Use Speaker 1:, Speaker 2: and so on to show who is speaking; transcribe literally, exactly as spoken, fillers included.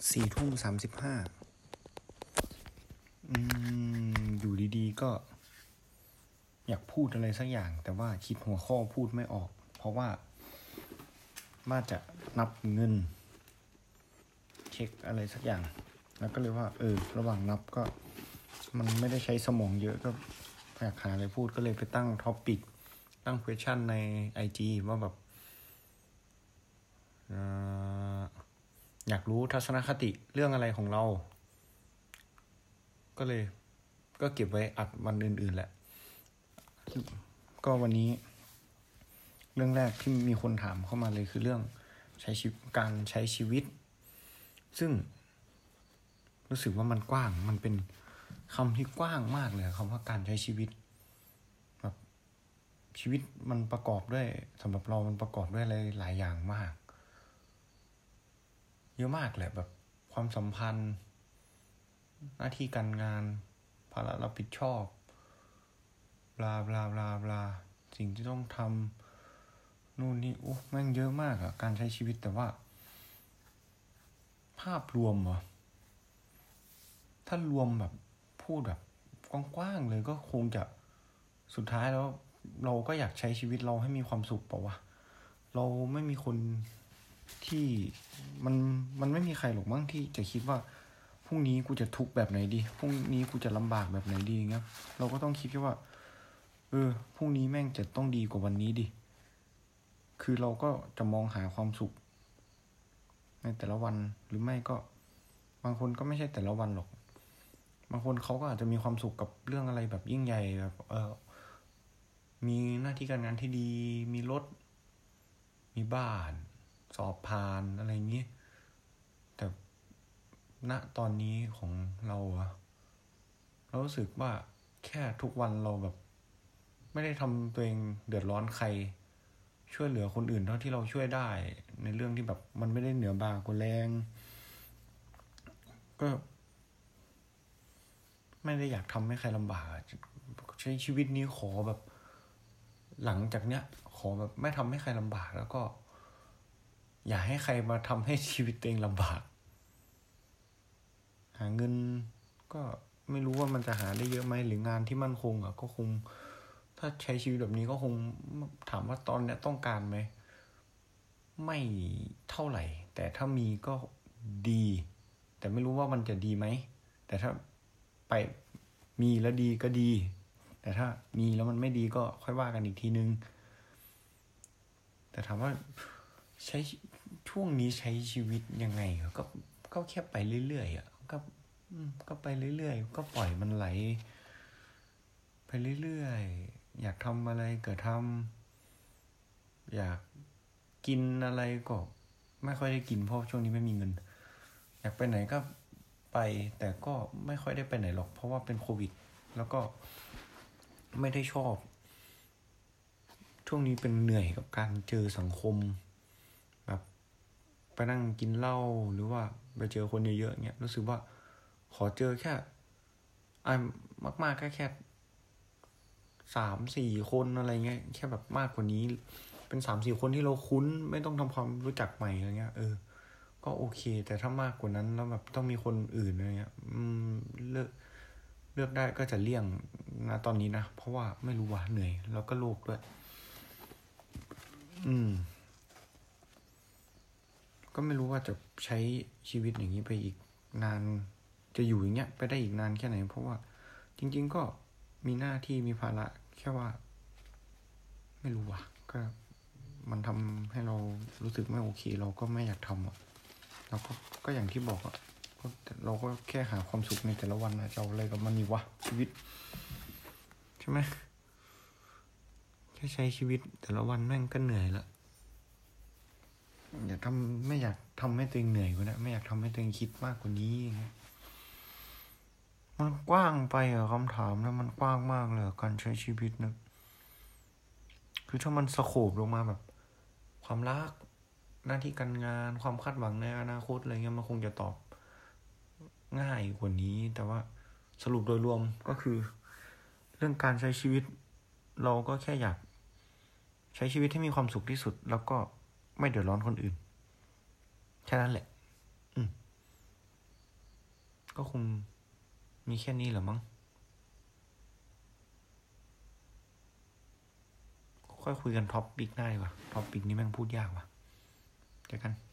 Speaker 1: สี่ทุ่มสามสิบห้าอืมอยู่ดีๆก็อยากพูดอะไรสักอย่างแต่ว่าคิดหัวข้อพูดไม่ออกเพราะว่าว่าจะนับเงินเช็คอะไรสักอย่างแล้วก็เลยว่าเออระหว่างนับก็มันไม่ได้ใช้สมองเยอะก็อยากหาอะไรพูดก็เลยไปตั้งท็อปิกตั้ง question ใน ไอ จี ว่าแบบเอ่ออยากรู้ทัศนคติเรื่องอะไรของเราก็เลยก็เก็บไว้อัดวันอื่นๆแหละก็วันนี้เรื่องแรกที่มีคนถามเข้ามาเลยคือเรื่องใช้ชีวิตการใช้ชีวิตซึ่งรู้สึกว่ามันกว้างมันเป็นคำที่กว้างมากเลยคำว่าการใช้ชีวิตแบบชีวิตมันประกอบด้วยสำหรับเรามันประกอบด้วยอะไรหลายอย่างมากเยอะมากแหละแบบความสัมพันธ์หน้าที่การงานภาระรับผิดชอบบลาบลาบลาบลาสิ่งที่ต้องทำนู่นนี่โอ้แม่งเยอะมากอะการใช้ชีวิตแต่ว่าภาพรวมเหรอถ้ารวมแบบพูดแบบกว้างๆเลยก็คงจะสุดท้ายแล้วเราก็อยากใช้ชีวิตเราให้มีความสุขเปล่าวะเราไม่มีคนที่มันมันไม่มีใครหรอกมั้งที่จะคิดว่าพรุ่งนี้กูจะทุกข์แบบไหนดีพรุ่งนี้กูจะลำบากแบบไหนดีเงี้ยเราก็ต้องคิดแค่ว่าเออพรุ่งนี้แม่งจะต้องดีกว่าวันนี้ดิคือเราก็จะมองหาความสุขในแต่ละวันหรือไม่ก็บางคนก็ไม่ใช่แต่ละวันหรอกบางคนเขาก็อาจจะมีความสุขกับเรื่องอะไรแบบยิ่งใหญ่แบบเออมีหน้าที่การงานที่ดีมีรถมีบ้านสอบผ่านอะไรอย่างนี้แต่ณตอนนี้ของเราอะเรารู้สึกว่าแค่ทุกวันเราแบบไม่ได้ทำตัวเองเดือดร้อนใครช่วยเหลือคนอื่นเท่าที่เราช่วยได้ในเรื่องที่แบบมันไม่ได้เหนือบ่ากว่าแรงก็ไม่ได้อยากทำให้ใครลำบากใช้ชีวิตนี้ขอแบบหลังจากเนี้ยขอแบบไม่ทำให้ใครลำบากแล้วก็อย่าให้ใครมาทำให้ชีวิตตัวเองลำบากหาเงินก็ไม่รู้ว่ามันจะหาได้เยอะไหมหรืองานที่มั่นคงอ่ะก็คงถ้าใช้ชีวิตแบบนี้ก็คงถามว่าตอนเนี้ยต้องการไหมไม่เท่าไหร่แต่ถ้ามีก็ดีแต่ไม่รู้ว่ามันจะดีไหมแต่ถ้าไปมีแล้วดีก็ดีแต่ถ้ามีแล้วมันไม่ดีก็ค่อยว่ากันอีกทีนึงแต่ถามว่าใช้ช่วงนี้ใช้ชีวิตยังไงก็ก็แค่ไปเรื่อยๆอ่ะก็ก็ไปเรื่อยๆก็ปล่อยมันไหลไปเรื่อยๆอยากทำอะไรก็ทำอยากกินอะไรก็ไม่ค่อยได้กินเพราะช่วงนี้ไม่มีเงินอยากไปไหนก็ไปแต่ก็ไม่ค่อยได้ไปไหนหรอกเพราะว่าเป็นโควิดแล้วก็ไม่ได้ชอบช่วงนี้เป็นเหนื่อยกับการเจอสังคมแบบไปนั่งกินเหล้าหรือว่าไปเจอคนเยอะๆเงี้ยรู้สึกว่าขอเจอแค่อ่ะมากๆก็แค่สามสี่คนอะไรเงี้ยแค่แบบมากกว่านี้เป็นสามสี่คนที่เราคุ้นไม่ต้องทำความรู้จักใหม่อะไรเงี้ยเออก็โอเคแต่ถ้ามากกว่านั้นแล้วแบบต้องมีคนอื่นอะไรเงี้ยอืมเลือกเลือกได้ก็จะเลี่ยงนะตอนนี้นะเพราะว่าไม่รู้ว่าเหนื่อยแล้วก็โลกด้วยอืมก็ไม่รู้ว่าจะใช้ชีวิตอย่างนี้ไปอีกนานจะอยู่อย่างเงี้ยไปได้อีกนานแค่ไหนเพราะว่าจริงๆก็มีหน้าที่มีภาระแค่ว่าไม่รู้ว่ะก็มันทำให้เรารู้สึกไม่โอเคเราก็ไม่อยากทำอ่ะเราก็ก็อย่างที่บอกอ่ะเราก็แค่หาความสุขในแต่ละวันนะจะเอาอะไรกับมันนี่วะชีวิตใช่ไหมแค่ใช้ชีวิตแต่ละวันแม่งก็เหนื่อยละอย่าทำไม่อยากทำให้ตัวเองเหนื่อยกว่านะไม่อยากทำให้ตัวเองคิดมากกว่านี้อย่างเงี้ยมันกว้างไปอะคำถามนะมันกว้างมากเลยการใช้ชีวิตนะคือถ้ามันสโคปลงมาแบบความรักหน้าที่การงานความคาดหวังในอนาคตอะไรเงี้ยมันคงจะตอบง่ายกว่านี้แต่ว่าสรุปโดยรวมก็คือเรื่องการใช้ชีวิตเราก็แค่อยากใช้ชีวิตให้มีความสุขที่สุดแล้วก็ไม่เดือดร้อนคนอื่นแค่นั้นแหละอืมก็คงมีแค่นี้แหละมั้งค่อยคุยกันท็อปปิกหน้าดีกว่าท็อปปิกนี้แม่งพูดยากว่ะเจอกัน